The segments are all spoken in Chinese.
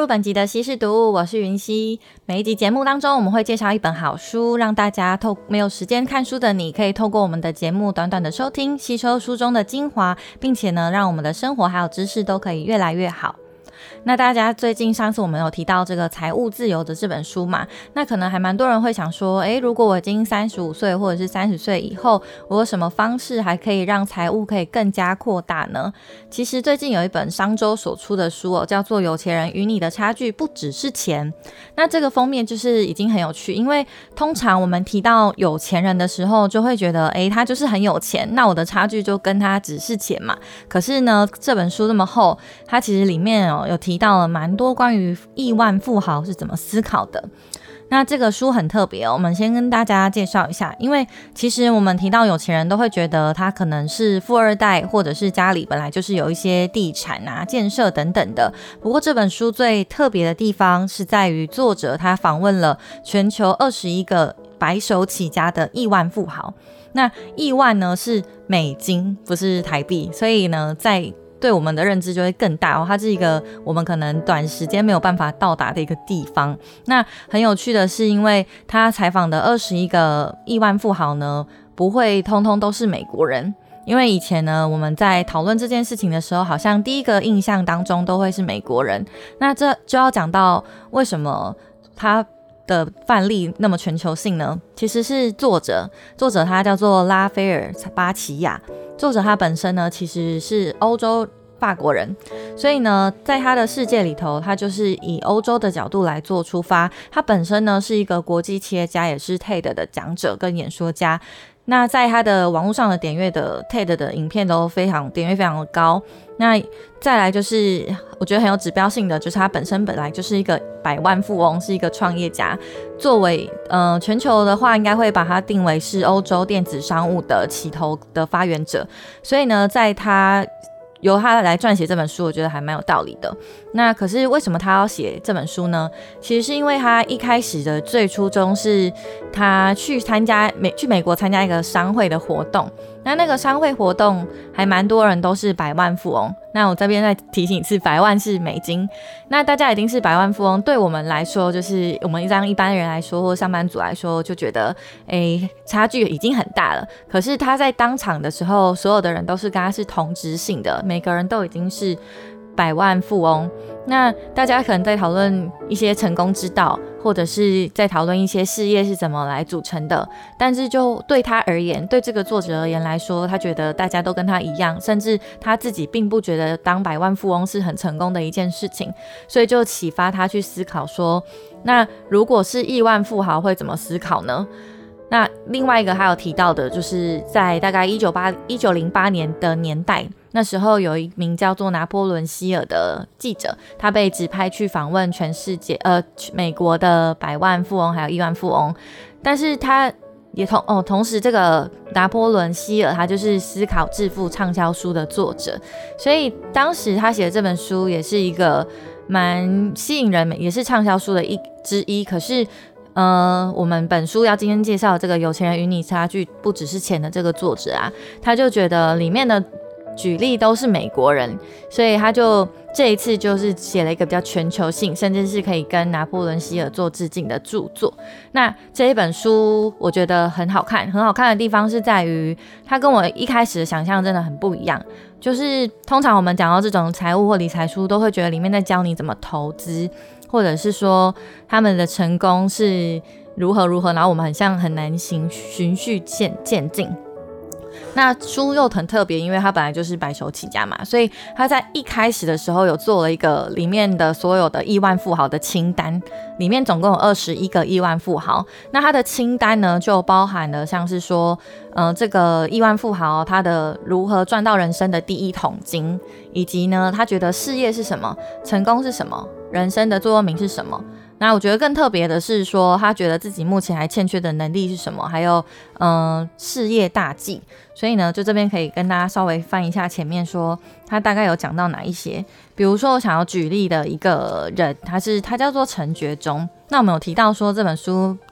入本集的稀释读物，我是云溪。每一集节目当中，我们会介绍一本好书，让大家没有时间看书的你，可以透过我们的节目短短的收听，吸收书中的精华，并且呢，让我们的生活还有知识都可以越来越好。那大家最近上次我们有提到这个财务自由的这本书嘛，那可能还蛮多人会想说，如果我已经35岁或者是30岁以后，我有什么方式还可以让财务可以更加扩大呢？其实最近有一本商周所出的书叫做《有钱人与你的差距不只是钱》。那这个封面就是已经很有趣，因为通常我们提到有钱人的时候，就会觉得他就是很有钱，那我的差距就跟他只是钱嘛。可是呢，这本书那么厚，它其实里面有提到了蛮多关于亿万富豪是怎么思考的。那这个书很特别我们先跟大家介绍一下，因为其实我们提到有钱人都会觉得他可能是富二代，或者是家里本来就是有一些地产建设等等的。不过这本书最特别的地方是在于作者他访问了全球21个白手起家的亿万富豪。那亿万呢是美金，不是台币，所以呢对我们的认知就会更大它是一个我们可能短时间没有办法到达的一个地方。那很有趣的是，因为他采访的21个亿万富豪呢，不会通通都是美国人。因为以前呢，我们在讨论这件事情的时候，好像第一个印象当中都会是美国人。那这就要讲到为什么他的范例那么全球性呢？其实是作者他叫做拉斐尔巴奇亚。作者他本身呢其实是欧洲法国人，所以呢在他的世界里头，他就是以欧洲的角度来做出发。他本身呢是一个国际企业家，也是 TED 的讲者跟演说家。那在他的网络上的点阅的 TED 的影片都点阅非常的高。那再来就是我觉得很有指标性的，就是他本来就是一个百万富翁，是一个创业家。作为全球的话，应该会把他定为是欧洲电子商务的起头的发源者。所以呢，由他来撰写这本书，我觉得还蛮有道理的。那可是为什么他要写这本书呢？其实是因为他一开始的最初衷是他去美国参加一个商会的活动。那个商会活动还蛮多人都是百万富翁。那我这边再提醒一次，百万是美金。那大家一定是百万富翁，对我们来说，就是我们这样一般人来说或上班族来说，就觉得差距已经很大了。可是他在当场的时候，所有的人都是跟他是同质性的，每个人都已经是百万富翁。那大家可能在讨论一些成功之道，或者是在讨论一些事业是怎么来组成的，但是就对他而言，对这个作者而言来说，他觉得大家都跟他一样，甚至他自己并不觉得当百万富翁是很成功的一件事情。所以就启发他去思考说，那如果是亿万富豪会怎么思考呢？那另外一个还有提到的，就是在大概1908年的年代，那时候有一名叫做拿破仑希尔的记者，他被指派去访问全世界美国的百万富翁还有亿万富翁。但是他也同时这个拿破仑希尔他就是思考致富畅销书的作者，所以当时他写的这本书也是一个蛮吸引人，也是畅销书的之一。可是我们本书要今天介绍的这个有钱人与你差距不只是钱的这个作者他就觉得里面的举例都是美国人，所以他就这一次就是写了一个比较全球性，甚至是可以跟拿破仑希尔做致敬的著作。那这一本书我觉得很好看的地方是在于它跟我一开始的想象真的很不一样。就是通常我们讲到这种财务或理财书，都会觉得里面在教你怎么投资，或者是说他们的成功是如何，然后我们很难循序渐进。那书又很特别，因为他本来就是白手起家嘛，所以他在一开始的时候有做了一个里面的所有的亿万富豪的清单，里面总共有21个亿万富豪。那他的清单呢，就包含了像是说这个亿万富豪他的如何赚到人生的第一桶金，以及呢他觉得事业是什么，成功是什么，人生的座右铭是什么。那我觉得更特别的是说，他觉得自己目前还欠缺的能力是什么，还有事业大计。所以呢，就这边可以跟大家稍微翻一下前面说他大概有讲到哪一些。比如说我想要举例的一个人，他叫做陈觉忠。那我们有提到说这本书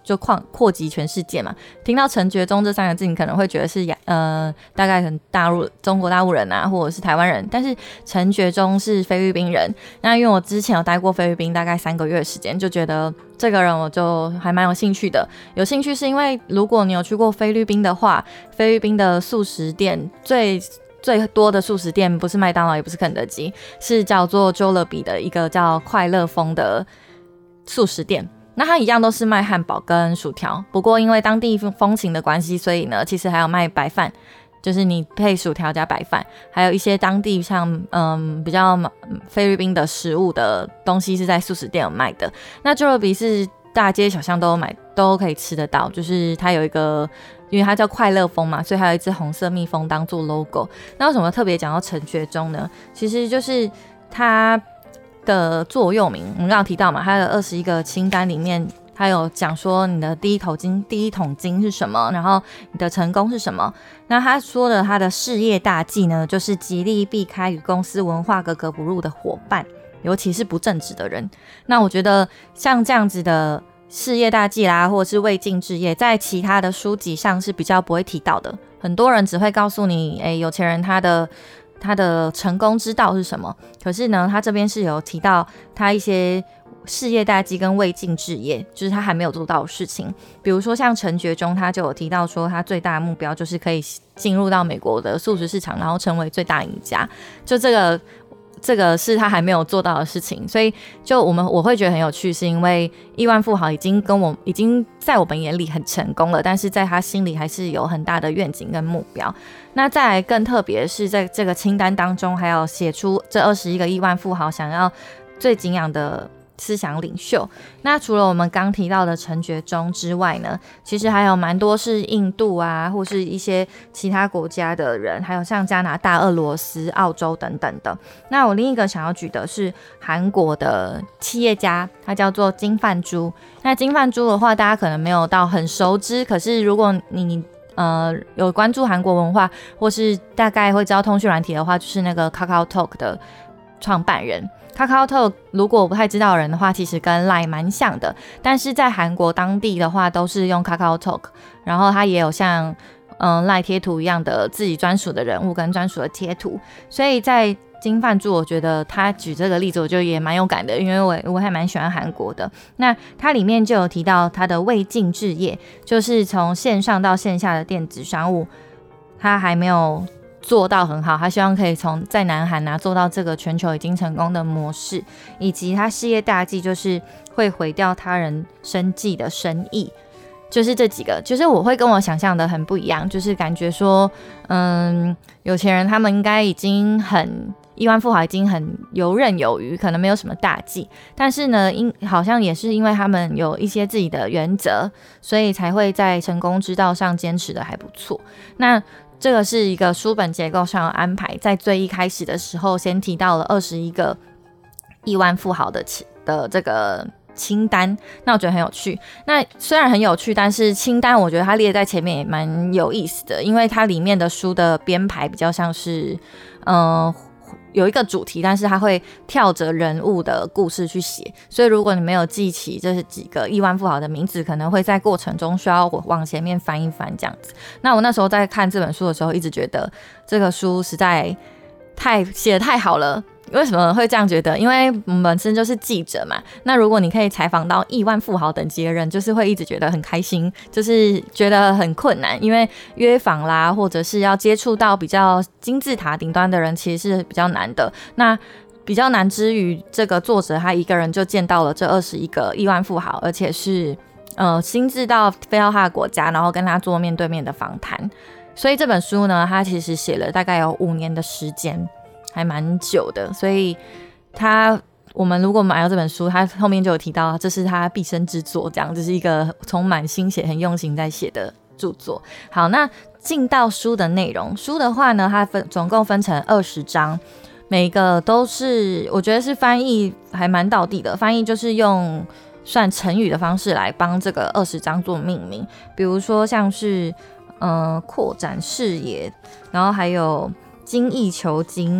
就扩及全世界嘛。听到陈觉宗这3个字，你可能会觉得是大概很中国大陆人啊，或者是台湾人，但是陈觉宗是菲律宾人。那因为我之前有待过菲律宾大概3个月的时间，就觉得这个人我就还蛮有兴趣的。有兴趣是因为如果你有去过菲律宾的话，菲律宾的素食店最多的素食店不是麦当劳也不是肯德基，是叫做 Jollibee 的一个叫快乐风的素食店。那它一样都是卖汉堡跟薯条，不过因为当地风情的关系，所以呢其实还有卖白饭，就是你配薯条加白饭，还有一些当地像比较菲律宾的食物的东西是在素食店有卖的。那 Jollibee 是大街小巷都可以吃得到，就是它有一个，因为它叫快乐风嘛，所以还有一只红色蜜蜂当做 logo。那为什么特别讲到陈觉宗呢？其实就是它的座右铭，我们刚刚提到嘛，它的21个清单里面，它有讲说你的第一桶金是什么，然后你的成功是什么。那他说的他的事业大忌呢，就是极力避开与公司文化格格不入的伙伴，尤其是不正直的人。那我觉得像这样子的事业大忌啦，或者是未尽之业，在其他的书籍上是比较不会提到的。很多人只会告诉你，有钱人他的成功之道是什么？可是呢，他这边是有提到他一些事业大忌跟未尽之业，就是他还没有做到的事情。比如说像陈觉宗，他就有提到说，他最大的目标就是可以进入到美国的素食市场，然后成为最大赢家。就这个是他还没有做到的事情，所以就我会觉得很有趣，是因为亿万富豪已经在我们眼里很成功了，但是在他心里还是有很大的愿景跟目标。那再来更特别的是，在这个清单当中还有写出这21个亿万富豪想要最敬仰的思想领袖。那除了我们刚提到的陈觉宗之外呢，其实还有蛮多是印度啊，或是一些其他国家的人，还有像加拿大、俄罗斯、澳洲等等的。那我另一个想要举的是韩国的企业家，他叫做金范珠。那金范珠的话，大家可能没有到很熟知，可是如果你有关注韩国文化，或是大概会知道通讯软体的话，就是那个 KakaoTalk 的创办人。KakaoTalk 如果不太知道的人的话，其实跟 LINE 蛮像的，但是在韩国当地的话都是用 KakaoTalk， 然后它也有像LINE 贴图一样的自己专属的人物跟专属的贴图。所以在金范珠，我觉得他举这个例子我觉得也蛮有感的，因为我还蛮喜欢韩国的。那它里面就有提到他的未尽之业，就是从线上到线下的电子商务，他还没有做到很好，他希望可以在南韩做到这个全球已经成功的模式，以及他事业大忌就是会毁掉他人生计的生意。就是这几个，就是我会跟我想象的很不一样，就是感觉说有钱人他们应该已经亿万富豪已经很游刃有余，可能没有什么大忌，但是呢好像也是因为他们有一些自己的原则，所以才会在成功之道上坚持的还不错。那这个是一个书本结构上的安排，在最一开始的时候先提到了21个亿万富豪的这个清单，那我觉得很有趣。那虽然很有趣，但是清单我觉得它列在前面也蛮有意思的，因为它里面的书的编排比较像是有一个主题，但是它会跳着人物的故事去写，所以如果你没有记起这是几个亿万富豪的名字，可能会在过程中需要往前面翻一翻这样子。那我那时候在看这本书的时候，一直觉得这个书实在写得太好了。为什么会这样觉得？因为我们本身就是记者嘛，那如果你可以采访到亿万富豪等级的人，就是会一直觉得很开心，就是觉得很困难，因为约访啦，或者是要接触到比较金字塔顶端的人，其实是比较难的。那比较难之余，这个作者他一个人就见到了这21个亿万富豪，而且是亲自飞到他的国家，然后跟他做面对面的访谈。所以这本书呢，他其实写了大概有5年的时间，还蛮久的。所以我们如果买到这本书，他后面就有提到这是他毕生之作，这样这是一个充满心血很用心在写的著作。好，那进到书的内容，书的话呢，它总共分成20章，每一个都是我觉得是翻译还蛮道地的，翻译就是用算成语的方式来帮这个20章做命名，比如说像是扩展视野，然后还有精益求精，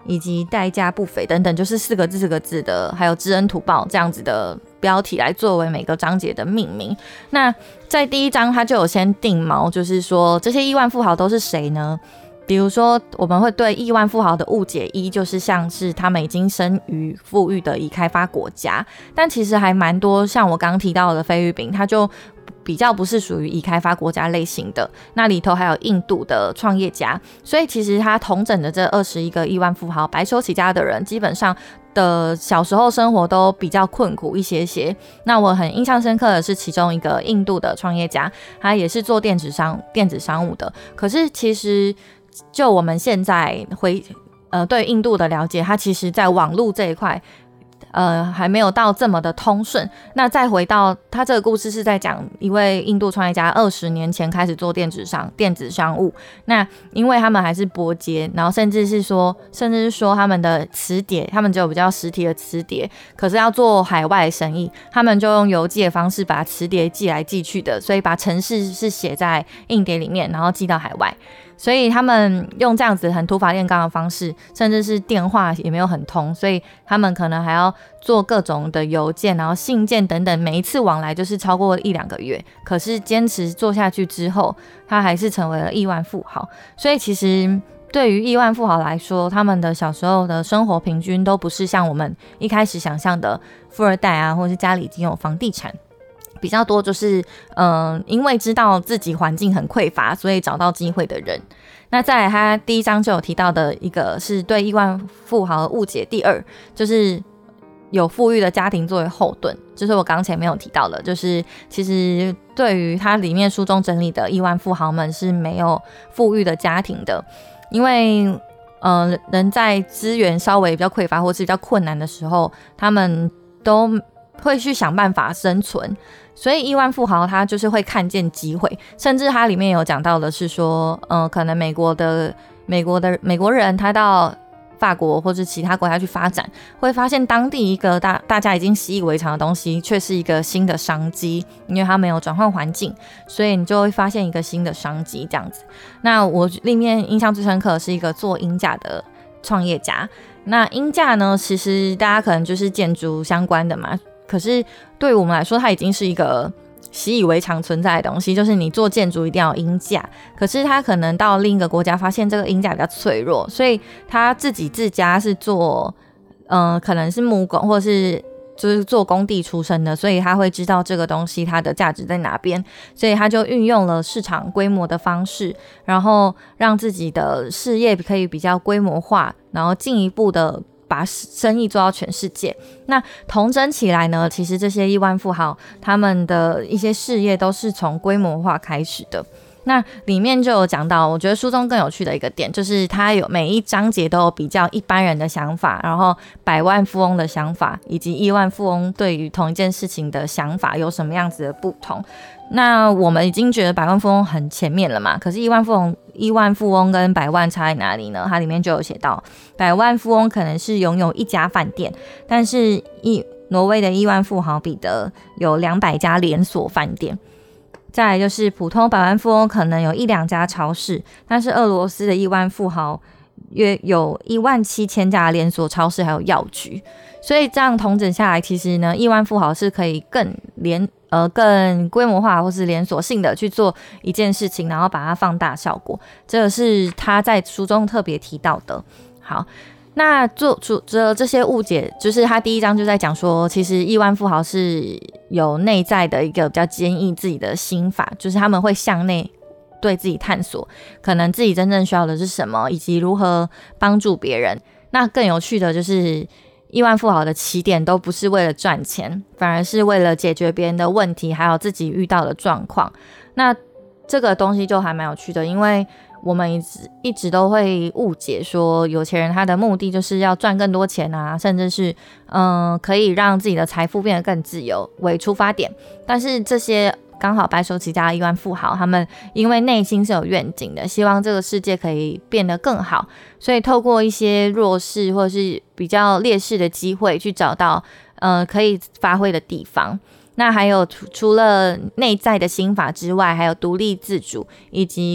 以及代价不菲等等，就是4个字的，还有知恩图报这样子的标题来作为每个章节的命名。那在第1章它就有先定锚，就是说这些亿万富豪都是谁呢？比如说我们会对亿万富豪的误解一，就是像是他们已经生于富裕的已开发国家，但其实还蛮多像我刚刚提到的菲律宾，它就比较不是属于已开发国家类型的，那里头还有印度的创业家，所以其实他统整的这21个亿万富豪白手起家的人，基本上的小时候生活都比较困苦一些些。那我很印象深刻的是其中一个印度的创业家，他也是做电子商务的，可是其实就我们现在对印度的了解，他其实在网络这一块还没有到这么的通顺。那再回到他这个故事是在讲一位印度创业家20年前开始做电子商务，那因为他们还是拨接，然后甚至是说他们的磁碟，他们只有比较实体的磁碟，可是要做海外的生意，他们就用邮寄的方式把磁碟寄来寄去的，所以把程式是写在硬碟里面，然后寄到海外。所以他们用这样子很土法炼钢的方式，甚至是电话也没有很通，所以他们可能还要做各种的邮件，然后信件等等，每一次往来就是超过1-2个月。可是坚持做下去之后，他还是成为了亿万富豪。所以其实对于亿万富豪来说，他们的小时候的生活平均都不是像我们一开始想象的富二代啊，或是家里已经有房地产。比较多就是因为知道自己环境很匮乏，所以找到机会的人。那再来他第1章就有提到的一个是对亿万富豪的误解，第2就是有富裕的家庭作为后盾，就是我刚前面有提到的，就是其实对于他里面书中整理的亿万富豪们是没有富裕的家庭的，因为人在资源稍微比较匮乏或是比较困难的时候，他们都会去想办法生存，所以亿万富豪他就是会看见机会，甚至他里面有讲到的是说，可能美国人他到法国或者其他国家去发展，会发现当地一个大家已经习以为常的东西，却是一个新的商机，因为他没有转换环境，所以你就会发现一个新的商机这样子。那我里面印象最深刻的是一个做鹰架的创业家。那鹰架呢，其实大家可能就是建筑相关的嘛。可是对于我们来说，它已经是一个习以为常存在的东西，就是你做建筑一定要有鹰架。可是他可能到另一个国家发现这个鹰架比较脆弱，所以他自家是做可能是木工或者是就是做工地出身的，所以他会知道这个东西它的价值在哪边，所以他就运用了市场规模的方式，然后让自己的事业可以比较规模化，然后进一步的把生意做到全世界。那统整起来呢，其实这些亿万富豪他们的一些事业都是从规模化开始的。那里面就有讲到，我觉得书中更有趣的一个点，就是它有每一章节都有比较一般人的想法，然后百万富翁的想法，以及亿万富翁对于同一件事情的想法有什么样子的不同。那我们已经觉得百万富翁很前面了嘛，可是亿万富翁跟百万差在哪里呢？它里面就有写到，百万富翁可能是拥有1家饭店，但是挪威的亿万富豪彼得有200家连锁饭店。再来就是普通百万富翁可能有1-2家超市，但是俄罗斯的亿万富豪约有17000家连锁超市还有药局。所以这样统整下来，其实呢，亿万富豪是可以更规模化或是连锁性的去做一件事情，然后把它放大效果，这个是他在书中特别提到的。好，那这些误解，就是他第1章就在讲说，其实亿万富豪是有内在的一个比较坚毅自己的心法，就是他们会向内对自己探索，可能自己真正需要的是什么，以及如何帮助别人。那更有趣的就是亿万富豪的起点都不是为了赚钱，反而是为了解决别人的问题，还有自己遇到的状况。那这个东西就还蛮有趣的，因为我们一直都会误解说有钱人他的目的就是要赚更多钱啊，甚至是可以让自己的财富变得更自由为出发点。但是这些刚好白手起家的亿万富豪，他们因为内心是有愿景的，希望这个世界可以变得更好，所以透过一些弱势或者是比较劣势的机会去找到可以发挥的地方。那还有除了内在的心法之外，还有独立自主以及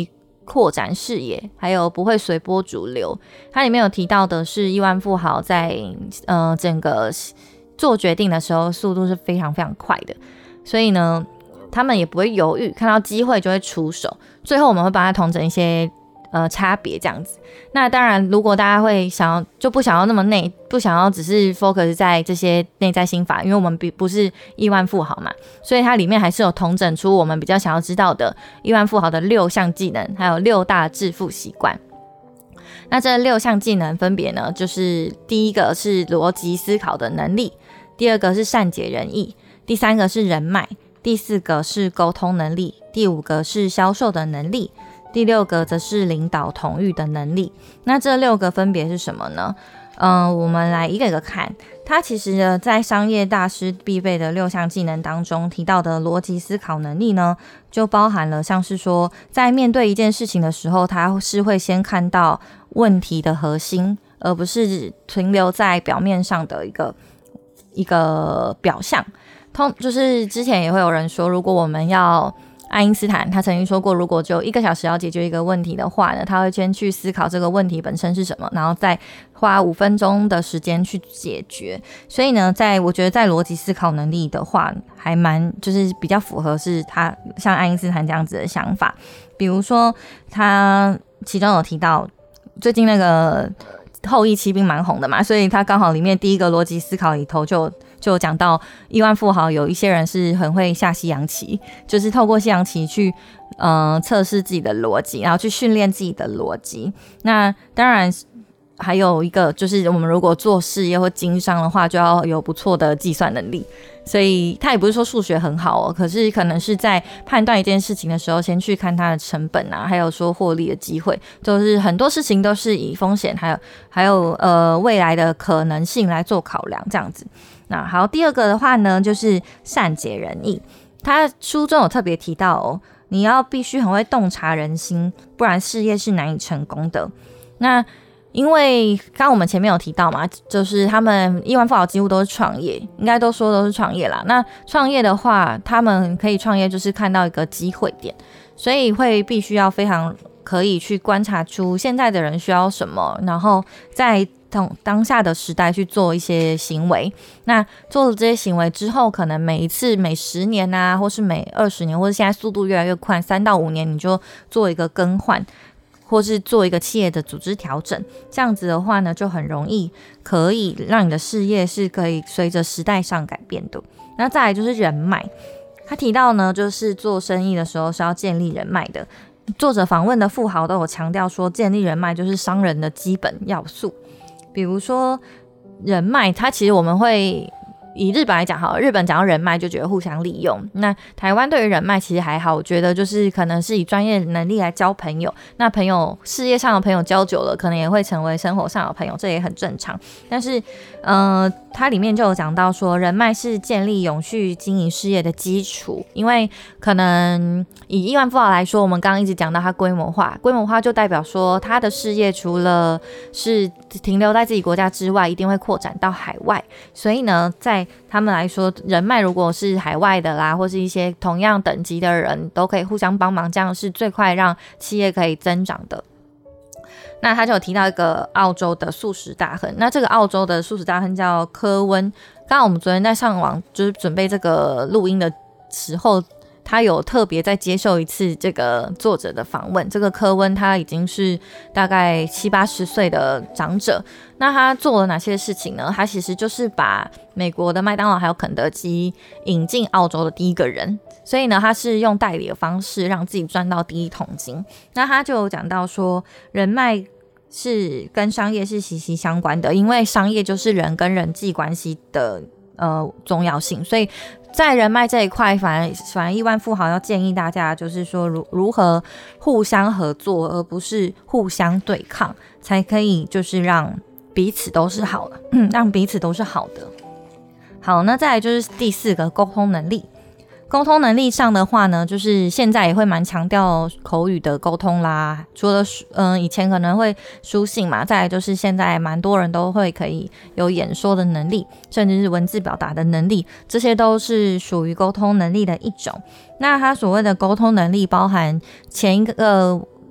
扩展视野，还有不会随波逐流。它里面有提到的是亿万富豪在整个做决定的时候速度是非常非常快的，所以呢他们也不会犹豫，看到机会就会出手。最后我们会帮他统整一些差别这样子。那当然如果大家会不想要那么不想要只是 focus 在这些内在心法，因为我们不是亿万富豪嘛，所以它里面还是有统整出我们比较想要知道的亿万富豪的6项技能，还有6大致富习惯。那这6项技能分别呢，就是第一个是逻辑思考的能力，第二个是善解人意，第3个是人脉，第4个是沟通能力，第5个是销售的能力，第6个则是领导统御的能力。那这6个分别是什么呢？我们来一个一个看。它其实呢，在商业大师必备的6项技能当中提到的逻辑思考能力呢，就包含了像是说，在面对一件事情的时候，他是会先看到问题的核心，而不是停留在表面上的一个表象。就是之前也会有人说，如果我们要爱因斯坦他曾经说过，如果只有1个小时要解决一个问题的话呢，他会先去思考这个问题本身是什么，然后再花5分钟的时间去解决。所以呢，我觉得在逻辑思考能力的话，还就是比较符合是他像爱因斯坦这样子的想法。比如说他其中有提到最近那个后翼骑兵蛮红的嘛，所以他刚好里面第一个逻辑思考里头就有讲到亿万富豪有一些人是很会下西洋棋，就是透过西洋棋去测试自己的逻辑，然后去训练自己的逻辑。那当然还有一个就是我们如果做事业或经商的话，就要有不错的计算能力。所以他也不是说数学很好可是可能是在判断一件事情的时候，先去看它的成本啊，还有说获利的机会，就是很多事情都是以风险还有未来的可能性来做考量这样子。那好，第2个的话呢，就是善解人意。他书中有特别提到你要必须很会洞察人心，不然事业是难以成功的。那因为刚刚我们前面有提到嘛，就是他们亿万富豪几乎都是创业，应该都说都是创业啦。那创业的话，他们可以创业就是看到一个机会点，所以会必须要非常可以去观察出现在的人需要什么，然后在当下的时代去做一些行为。那做了这些行为之后，可能每10年啊，或是每20年，或是现在速度越来越快，3到5年你就做一个更换，或是做一个企业的组织调整。这样子的话呢，就很容易可以让你的事业是可以随着时代上改变的。那再来就是人脉，他提到呢，就是做生意的时候是要建立人脉的。作者访问的富豪都有强调说，建立人脉就是商人的基本要素。比如说人脉，它其实我们会以日本来讲好了，日本讲到人脉就觉得互相利用。那台湾对于人脉其实还好，我觉得就是可能是以专业能力来交朋友。那朋友事业上的朋友交久了，可能也会成为生活上的朋友，这也很正常。但是它里面就有讲到说，人脉是建立永续经营事业的基础。因为可能以亿万富豪来说，我们刚刚一直讲到它规模化就代表说它的事业除了是停留在自己国家之外，一定会扩展到海外。所以呢，在他们来说，人脉如果是海外的啦，或是一些同样等级的人都可以互相帮忙，这样是最快让企业可以增长的。那他就有提到一个澳洲的素食大亨，那这个澳洲的素食大亨叫科温。刚刚我们昨天在上网就是准备这个录音的时候，他有特别再接受一次这个作者的访问。这个科温他已经是大概70-80岁的长者。那他做了哪些事情呢？他其实就是把美国的麦当劳还有肯德基引进澳洲的第一个人。所以呢，他是用代理的方式让自己赚到第一桶金。那他就有讲到说，人脉是跟商业是息息相关的，因为商业就是人跟人际关系的重要性。所以在人脉这一块，反而亿万富豪要建议大家，就是说如何互相合作，而不是互相对抗，才可以就是让彼此都是好的，让彼此都是好的。好，那再来就是第4个，沟通能力。沟通能力上的话呢，就是现在也会蛮强调口语的沟通啦，除了以前可能会书信嘛，再来就是现在蛮多人都会可以有演说的能力，甚至是文字表达的能力，这些都是属于沟通能力的一种。那它所谓的沟通能力包含前一个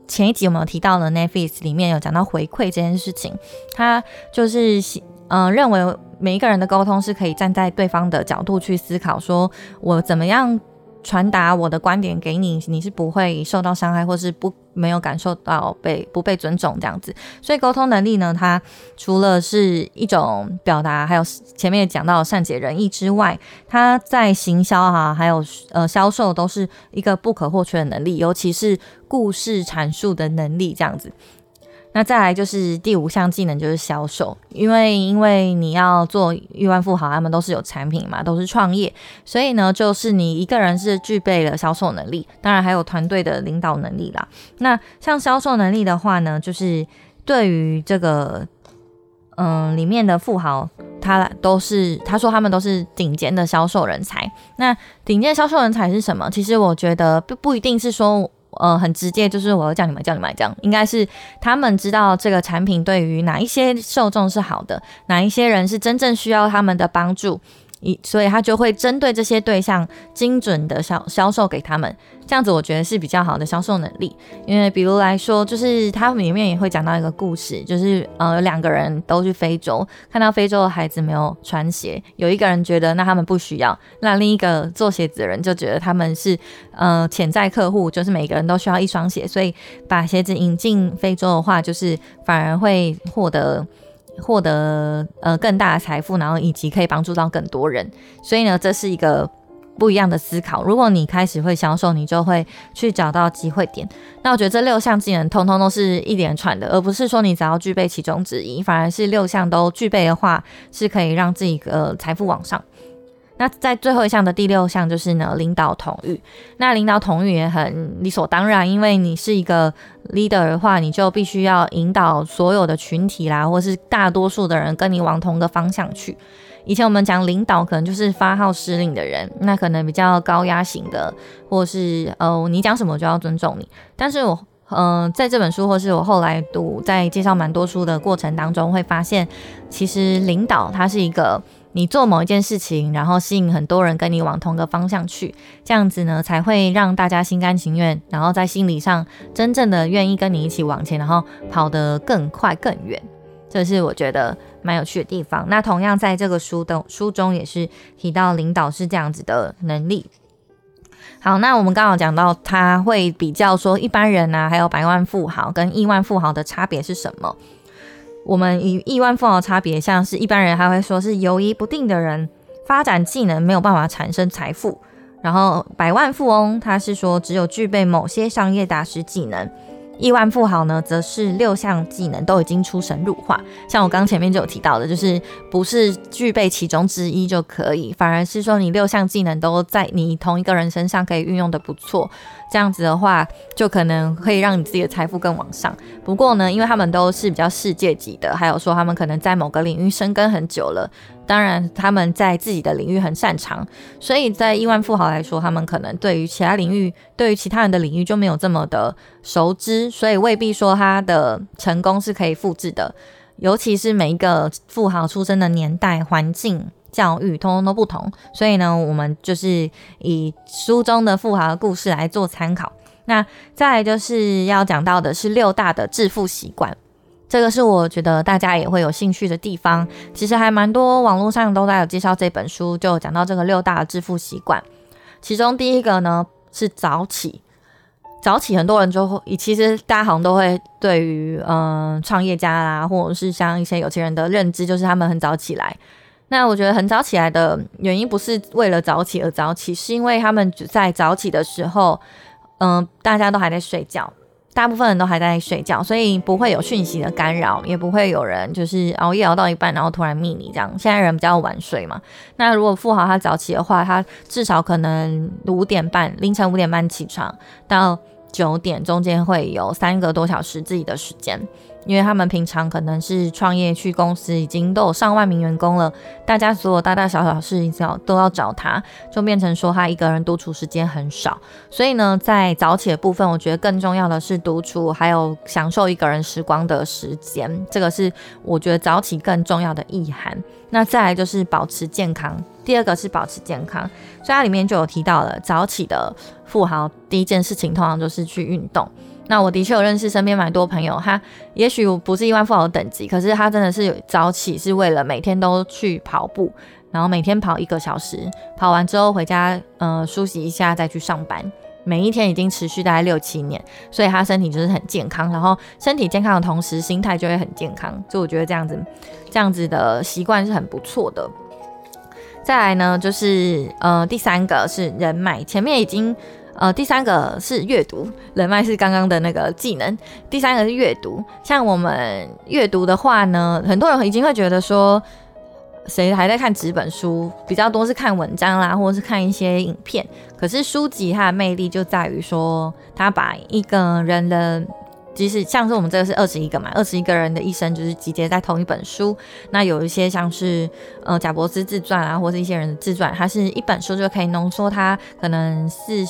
前一集我们有提到了 Netflix 里面有讲到回馈这件事情，他就是认为每一个人的沟通是可以站在对方的角度去思考，说我怎么样传达我的观点给你，你是不会受到伤害，或是没有感受到不被尊重这样子。所以沟通能力呢，它除了是一种表达，还有前面也讲到善解人意之外，它在行销还有销售都是一个不可或缺的能力，尤其是故事阐述的能力这样子。那再来就是第5项技能，就是销售。因为你要做亿万富豪，他们都是有产品嘛，都是创业，所以呢，就是你一个人是具备了销售能力，当然还有团队的领导能力啦。那像销售能力的话呢，就是对于这个里面的富豪，他说他们都是顶尖的销售人才。那顶尖销售人才是什么？其实我觉得不一定是说很直接，就是我叫你买这样，应该是他们知道这个产品对于哪一些受众是好的，哪一些人是真正需要他们的帮助，所以他就会针对这些对象精准的销售给他们，这样子我觉得是比较好的销售能力。因为比如来说，就是他们里面也会讲到一个故事，就是有2个人都去非洲，看到非洲的孩子没有穿鞋，有一个人觉得那他们不需要，那另一个做鞋子的人就觉得他们是潜在客户，就是每个人都需要一双鞋，所以把鞋子引进非洲的话，就是反而会获得更大的财富，然后以及可以帮助到更多人。所以呢，这是一个不一样的思考。如果你开始会销售，你就会去找到机会点。那我觉得这6项技能通通都是一连串的，而不是说你只要具备其中之一，反而是6项都具备的话，是可以让自己财富往上。那在最后一项的第6项就是呢，领导统御。那领导统御也很理所当然，因为你是一个 leader 的话，你就必须要引导所有的群体啦，或是大多数的人跟你往同个方向去。以前我们讲领导可能就是发号施令的人，那可能比较高压型的，或是你讲什么我就要尊重你。但是我在这本书或是我后来在介绍蛮多书的过程当中，会发现其实领导它是一个你做某一件事情，然后吸引很多人跟你往同个方向去，这样子呢才会让大家心甘情愿，然后在心理上真正的愿意跟你一起往前，然后跑得更快更远。这是我觉得蛮有趣的地方。那同样在这个书中也是提到领导是这样子的能力。好，那我们刚好讲到他会比较说一般人还有百万富豪跟亿万富豪的差别是什么。我们与亿万富豪的差别，像是一般人他会说是游移不定的人，发展技能没有办法产生财富。然后百万富翁他是说只有具备某些商业大师技能。亿万富豪呢，则是6项技能都已经出神入化。像我刚前面就有提到的，就是不是具备其中之一就可以，反而是说你6项技能都在你同一个人身上可以运用的不错，这样子的话就可能可以让你自己的财富更往上。不过呢，因为他们都是比较世界级的，还有说他们可能在某个领域深耕很久了，当然他们在自己的领域很擅长，所以在亿万富豪来说，他们可能对于其他人的领域就没有这么的熟知，所以未必说他的成功是可以复制的。尤其是每一个富豪出生的年代、环境、教育通通都不同，所以呢，我们就是以书中的富豪的故事来做参考。那再来就是要讲到的是6大的致富习惯。这个是我觉得大家也会有兴趣的地方，其实还蛮多网络上都在有介绍这本书，就有讲到这个6大的致富习惯。其中第一个呢是早起。早起很多人就会，其实大家好像都会对于创业家啦，或者是像一些有钱人的认知，就是他们很早起来。那我觉得很早起来的原因不是为了早起而早起，是因为他们在早起的时候大家都还在睡觉，大部分人都还在睡觉，所以不会有讯息的干扰，也不会有人就是熬夜熬到一半然后突然密你这样。现在人比较晚睡嘛，那如果富豪他早起的话，他至少可能凌晨5点半起床到9点，中间会有3个多小时自己的时间，因为他们平常可能是创业去公司已经都有上万名员工了，大家所有大大小小事情都要找他，就变成说他一个人独处时间很少。所以呢，在早起的部分，我觉得更重要的是独处还有享受一个人时光的时间，这个是我觉得早起更重要的意涵。那再来就是保持健康，第2个是保持健康，所以它里面就有提到了早起的富豪第一件事情通常就是去运动。 那我的确有认识身边蛮多朋友，他也许不是亿万富豪的等级，可是他真的是有早起是为了每天都去跑步，然后每天跑1个小时，跑完之后回家梳洗一下再去上班，每一天已经持续大概6-7年，所以他身体就是很健康，然后身体健康的同时心态就会很健康，所以我觉得这样子的习惯是很不错的。再来呢就是第3个是人脉，前面已经第3个是阅读，人脉是刚刚的那个技能，第3个是阅读。像我们阅读的话呢，很多人已经会觉得说谁还在看纸本书，比较多是看文章啦，或者是看一些影片。可是书籍它的魅力就在于说，它把一个人的，即使像是我们这个是21个嘛，21个人的一生就是集结在同一本书。那有一些像是贾伯斯自传啊，或是一些人的自传，它是一本书就可以浓缩它可能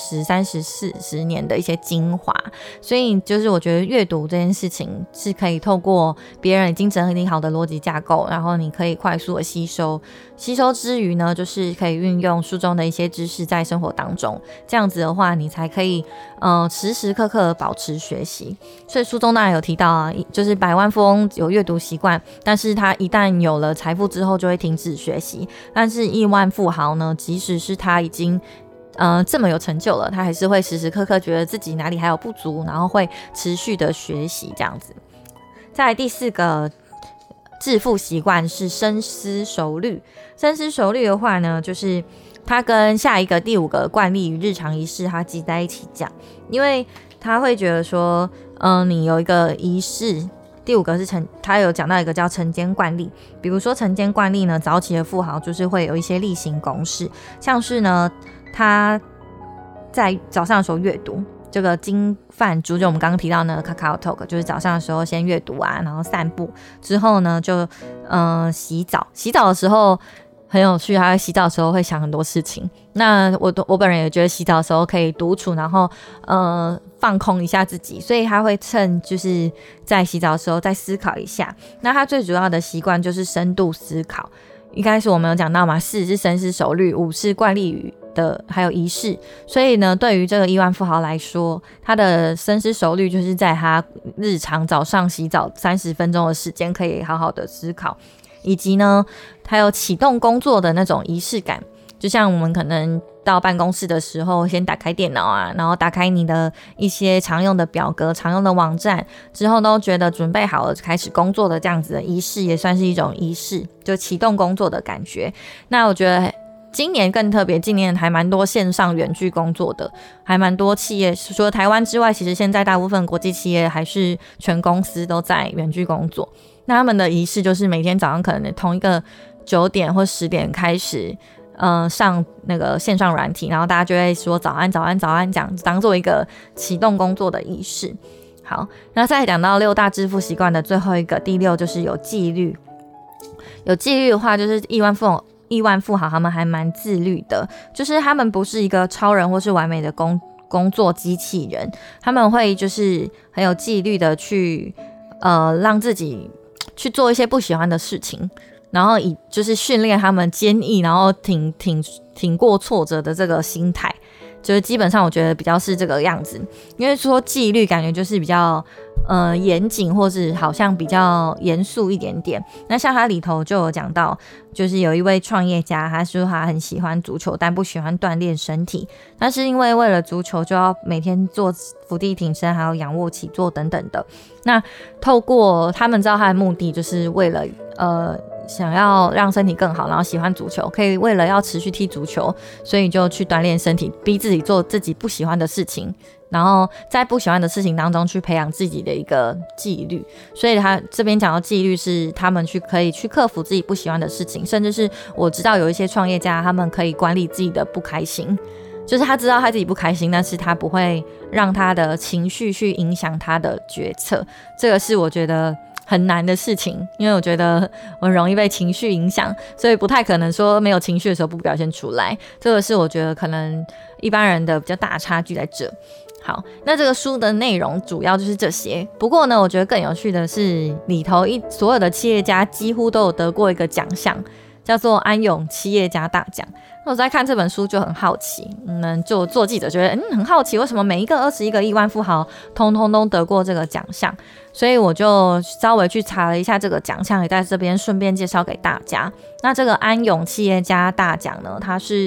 40、30、40年的一些精华。所以就是我觉得阅读这件事情是可以透过别人已经整理好的逻辑架构，然后你可以快速的吸收之余呢，就是可以运用书中的一些知识在生活当中，这样子的话你才可以时时刻刻保持学习。所以书中当然有提到啊，就是百万富翁有阅读习惯，但是他一旦有了财富之后就会停止学习。但是亿万富豪呢，即使是他已经这么有成就了，他还是会时时刻刻觉得自己哪里还有不足，然后会持续的学习这样子。再来第4个致富习惯是深思熟虑。深思熟虑的话呢，就是他跟下一个第5个惯例与日常仪式他挤在一起讲，因为他会觉得说你有一个仪式。第5个是他有讲到一个叫晨间惯例，比如说晨间惯例呢，早起的富豪就是会有一些例行公事，像是呢他在早上的时候阅读这个金饭猪，就我们刚刚提到呢 Kakao Talk， 就是早上的时候先阅读啊，然后散步之后呢就洗澡的时候很有趣，他洗澡的时候会想很多事情。那我本人也觉得洗澡的时候可以独处，然后放空一下自己，所以他会趁就是在洗澡的时候再思考一下。那他最主要的习惯就是深度思考，一开始我们有讲到嘛，4是深思熟虑，5是惯例语的还有仪式。所以呢，对于这个亿万富豪来说，他的深思熟虑就是在他日常早上洗澡30分钟的时间可以好好的思考，以及呢还有启动工作的那种仪式感。就像我们可能到办公室的时候，先打开电脑啊，然后打开你的一些常用的表格、常用的网站之后，都觉得准备好了开始工作的这样子的仪式，也算是一种仪式，就启动工作的感觉。那我觉得今年更特别，今年还蛮多线上远距工作的，还蛮多企业，除了台湾之外，其实现在大部分国际企业还是全公司都在远距工作。那他们的仪式就是每天早上可能同一个9点或10点开始上那个线上软体，然后大家就会说早安早安早安，这样当做一个启动工作的仪式。好，那再讲到6大致富习惯的最后一个，第6就是有纪律。有纪律的话，就是亿万富豪他们还蛮自律的，就是他们不是一个超人或是完美的工作机器人，他们会就是很有纪律的去让自己去做一些不喜欢的事情，然后就是训练他们坚毅，然后挺过挫折的这个心态，就是基本上我觉得比较是这个样子。因为说纪律感觉就是比较严谨，或是好像比较严肃一点点。那像他里头就有讲到，就是有一位创业家，他说他很喜欢足球，但不喜欢锻炼身体。但是因为了足球就要每天做伏地挺身，还有仰卧起坐等等的。那透过他们知道他的目的，就是为了想要让身体更好，然后喜欢足球，可以为了要持续踢足球，所以就去锻炼身体，逼自己做自己不喜欢的事情，然后在不喜欢的事情当中去培养自己的一个纪律。所以他这边讲到纪律是他们可以去克服自己不喜欢的事情，甚至是我知道有一些创业家他们可以管理自己的不开心，就是他知道他自己不开心，但是他不会让他的情绪去影响他的决策。这个是我觉得很难的事情，因为我觉得我很容易被情绪影响，所以不太可能说没有情绪的时候不表现出来。这个是我觉得可能一般人的比较大的差距在这。好，那这个书的内容主要就是这些。不过呢，我觉得更有趣的是里头所有的企业家几乎都有得过一个奖项， 叫做安永企业家大奖。那我在看这本书就很好奇，就做记者觉得很好奇，为什么每一个21个亿万富豪通通都得过这个奖项？所以我就稍微去查了一下这个奖项，也在这边顺便介绍给大家。那这个安永企业家大奖呢，它是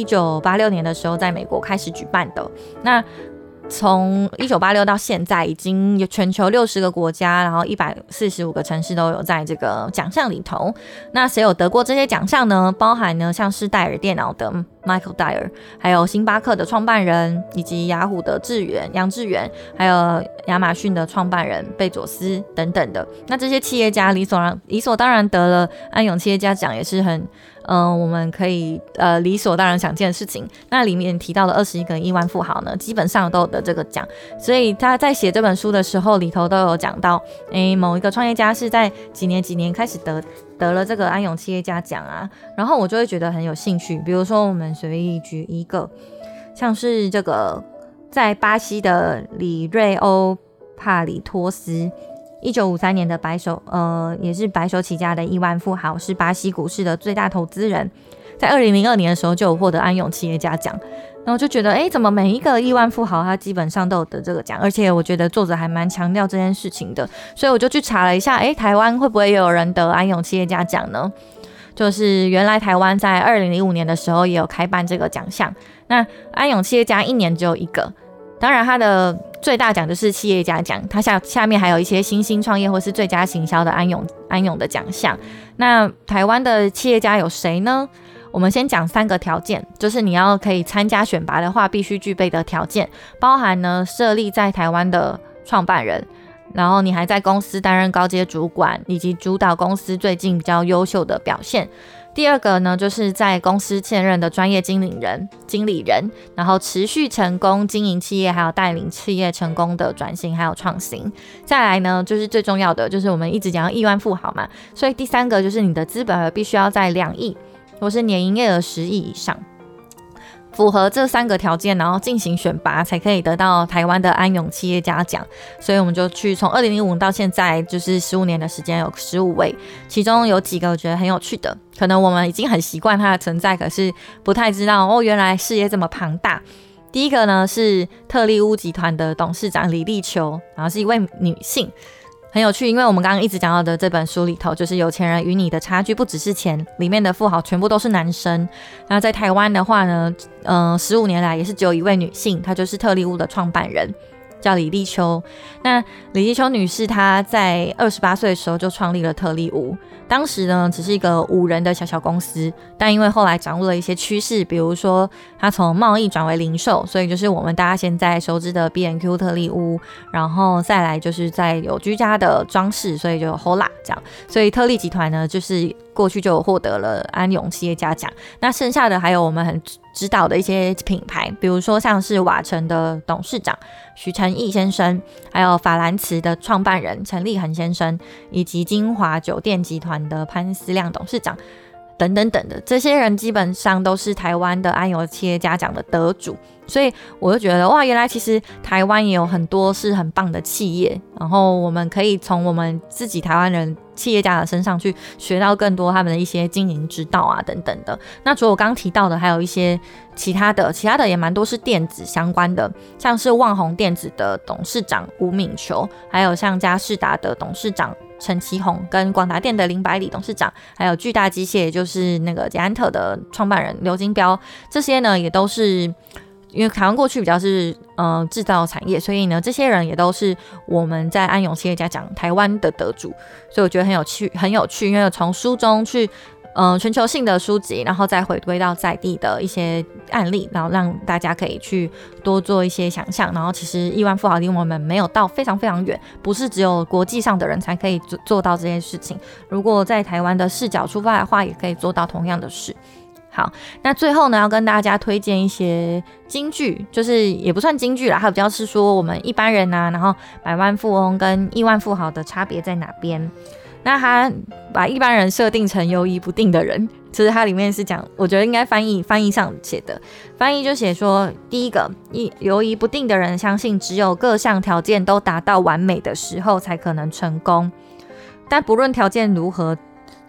1986年的时候在美国开始举办的。那从1986到现在，已经有全球60个国家，然后145个城市都有在这个奖项里头。那谁有得过这些奖项呢？包含呢像是戴尔电脑的 Michael Dyer， 还有星巴克的创办人，以及雅虎的杨致远，还有亚马逊的创办人贝佐斯等等的。那这些企业家理所当然得了安永企业家奖，也是很我们可以理所当然想见的事情。那里面提到的21个亿万富豪呢，基本上都有得这个奖，所以他在写这本书的时候，里头都有讲到，某一个创业家是在几年开始得了这个安永企业家奖啊，然后我就会觉得很有兴趣。比如说我们随意举一个，像是这个在巴西的里瑞欧帕里托斯。1953年的也是白手起家的亿万富豪，是巴西股市的最大投资人，在2002年的时候就有获得安永企业家奖。然后就觉得怎么每一个亿万富豪他基本上都有得这个奖，而且我觉得作者还蛮强调这件事情的，所以我就去查了一下，台湾会不会也有人得安永企业家奖呢？就是原来台湾在2005年的时候也有开办这个奖项，那安永企业家1年只有1个。当然它的最大奖就是企业家奖，它下面还有一些新兴创业或是最佳行销的安永的奖项。那台湾的企业家有谁呢？我们先讲3个条件，就是你要可以参加选拔的话必须具备的条件，包含呢设立在台湾的创办人，然后你还在公司担任高阶主管，以及主导公司最近比较优秀的表现。第二个呢，就是在公司现任的专业经理人，然后持续成功经营企业，还有带领企业成功的转型还有创新。再来呢，就是最重要的，就是我们一直讲到亿万富豪嘛，所以第3个就是你的资本额必须要在2亿，或是年营业额10亿以上。符合这3个条件，然后进行选拔，才可以得到台湾的安永企业家奖。所以我们就去从2005到现在，就是15年的时间，有15位，其中有几个我觉得很有趣的，可能我们已经很习惯它的存在，可是不太知道原来事业这么庞大。第一个呢是特力屋集团的董事长李丽秋，然后是一位女性。很有趣，因为我们刚刚一直讲到的这本书里头，就是有钱人与你的差距不只是钱，里面的富豪全部都是男生。那在台湾的话呢，15年来也是只有一位女性，她就是特力屋的创办人，叫李丽秋。那李丽秋女士她在28岁的时候就创立了特力屋，当时呢只是一个5人的小公司，但因为后来掌握了一些趋势，比如说她从贸易转为零售，所以就是我们大家现在熟知的 B&Q 特力屋，然后再来就是在有居家的装饰，所以就有 Hola 这样，所以特力集团呢就是过去就有获得了安永企业家奖。那剩下的还有我们很知道的一些品牌，比如说像是瓦城的董事长徐承义先生，还有法兰茨的创办人陈立恒先生，以及金华酒店集团的潘思亮董事长等等等的，这些人基本上都是台湾的安永企业家奖的得主。所以我就觉得哇，原来其实台湾也有很多是很棒的企业，然后我们可以从我们自己台湾人企业家的身上去学到更多他们的一些经营之道啊等等的。那除了我刚刚提到的，还有一些其他的也蛮多是电子相关的，像是旺宏电子的董事长吴敏球，还有像佳士达的董事长陈其宏，跟广达电的林百里董事长，还有巨大机械也就是那个捷安特的创办人刘金彪，这些呢也都是因为台湾过去比较是制造产业，所以呢这些人也都是我们在安永企业家奖台湾的得主，所以我觉得很有趣，因为从书中去全球性的书籍，然后再回归到在地的一些案例，然后让大家可以去多做一些想象。然后其实亿万富豪离我们没有到非常非常远，不是只有国际上的人才可以做到这件事情，如果在台湾的视角出发的话，也可以做到同样的事。好，那最后呢，要跟大家推荐一些金句，就是也不算金句啦，它比较是说我们一般人啊，然后百万富翁跟亿万富豪的差别在哪边。那他把一般人设定成犹疑不定的人，就是它里面是讲，我觉得应该翻译上写的，翻译就写说，第一个，犹疑不定的人相信只有各项条件都达到完美的时候才可能成功，但不论条件如何，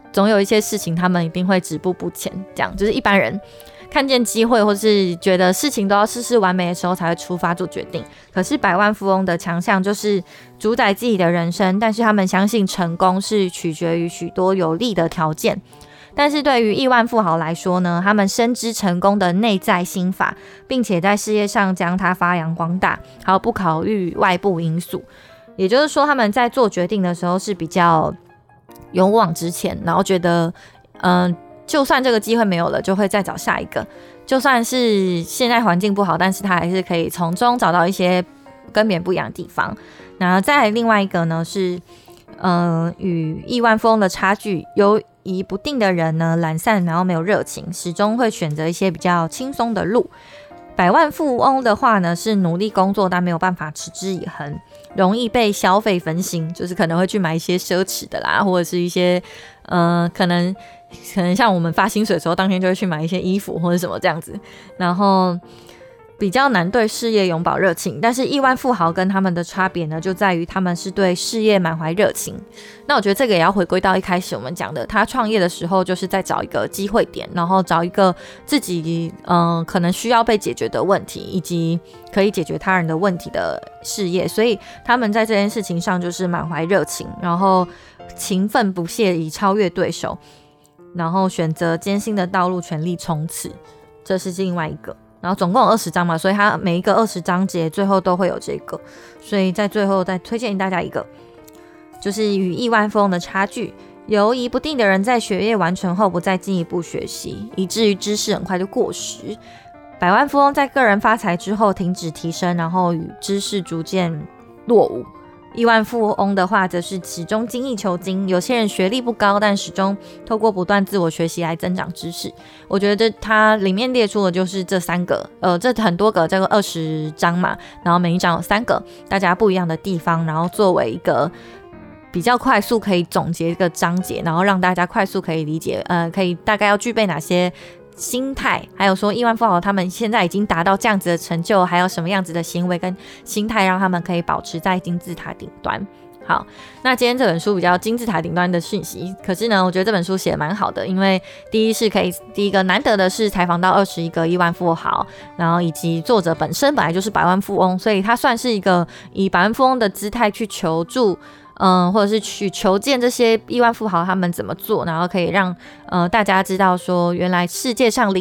总有一些事情他们一定会止步不前，这样就是一般人看见机会或是觉得事情都要事事完美的时候才会出发做决定。可是百万富翁的强项就是主宰自己的人生，但是他们相信成功是取决于许多有利的条件。但是对于亿万富豪来说呢，他们深知成功的内在心法，并且在事业上将它发扬光大，毫不考虑外部因素。也就是说，他们在做决定的时候是比较勇往直前，然后觉得就算这个机会没有了，就会再找下一个。就算是现在环境不好，但是他还是可以从中找到一些跟别人不一样的地方。然后再来另外一个呢是，与亿万富翁的差距，犹疑不定的人呢，懒散然后没有热情，始终会选择一些比较轻松的路。百万富翁的话呢，是努力工作，但没有办法持之以恒，容易被消费分心，就是可能会去买一些奢侈的啦，或者是一些可能像我们发薪水的时候，当天就会去买一些衣服或者什么这样子，然后比较难对事业永葆热情。但是亿万富豪跟他们的差别呢，就在于他们是对事业满怀热情。那我觉得这个也要回归到一开始我们讲的，他创业的时候就是在找一个机会点，然后找一个自己可能需要被解决的问题，以及可以解决他人的问题的事业。所以他们在这件事情上就是满怀热情，然后勤奋不懈以超越对手，然后选择艰辛的道路全力冲刺。这是另外一个。然后总共有20章嘛，所以它每一个20章节最后都会有这个，所以在最后再推荐大家一个，就是与亿万富翁的差距。犹疑不定的人在学业完成后不再进一步学习，以至于知识很快就过时。百万富翁在个人发财之后停止提升，然后与知识逐渐落伍。亿万富翁的话则是始终精益求精，有些人学历不高，但始终透过不断自我学习来增长知识。我觉得它里面列出的就是这3个，这很多个这个20章嘛，然后每一章有3个大家不一样的地方，然后作为一个比较快速可以总结一个章节，然后让大家快速可以理解，可以大概要具备哪些心态，还有说亿万富豪他们现在已经达到这样子的成就，还有什么样子的行为跟心态让他们可以保持在金字塔顶端。好，那今天这本书比较金字塔顶端的讯息，可是呢我觉得这本书写得蛮好的，因为第一个难得的是采访到21个亿万富豪，然后以及作者本身本来就是百万富翁，所以他算是一个以百万富翁的姿态去求助或者是去求见这些亿万富豪他们怎么做，然后可以让大家知道说原来世界上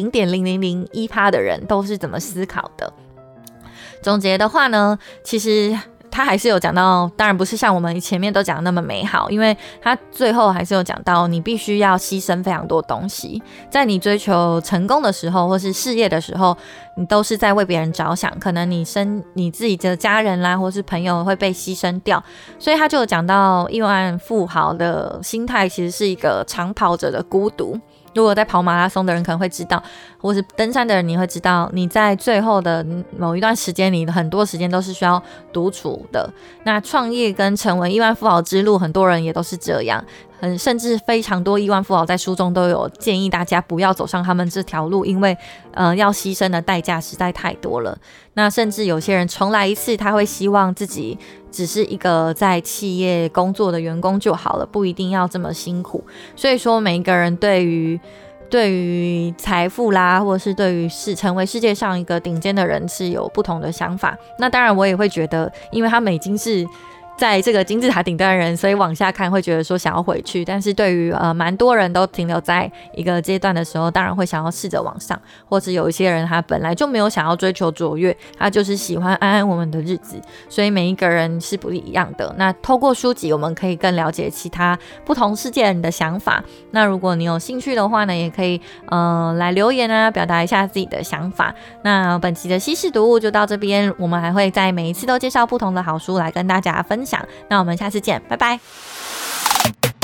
0.0001% 的人都是怎么思考的。总结的话呢，其实他还是有讲到，当然不是像我们前面都讲的那么美好，因为他最后还是有讲到你必须要牺牲非常多东西，在你追求成功的时候或是事业的时候，你都是在为别人着想，可能你自己的家人啦或是朋友会被牺牲掉。所以他就有讲到亿万富豪的心态其实是一个长跑者的孤独。如果在跑马拉松的人可能会知道，或是登山的人你会知道，你在最后的某一段时间里很多时间都是需要独处的。那创业跟成为亿万富豪之路，很多人也都是这样，甚至非常多亿万富豪在书中都有建议大家不要走上他们这条路，因为要牺牲的代价实在太多了。那甚至有些人重来一次，他会希望自己只是一个在企业工作的员工就好了，不一定要这么辛苦。所以说每一个人对于财富啦，或者是对于成为世界上一个顶尖的人是有不同的想法。那当然我也会觉得，因为他们已经是在这个金字塔顶端的人，所以往下看会觉得说想要回去，但是对于蛮多人都停留在一个阶段的时候，当然会想要试着往上，或者有一些人他本来就没有想要追求卓越，他就是喜欢安安稳稳的日子。所以每一个人是不一样的。那透过书籍我们可以更了解其他不同世界人的想法。那如果你有兴趣的话呢，也可以来留言啊，表达一下自己的想法。那本期的西式读物就到这边，我们还会在每一次都介绍不同的好书来跟大家分享。那我们下次见，拜拜。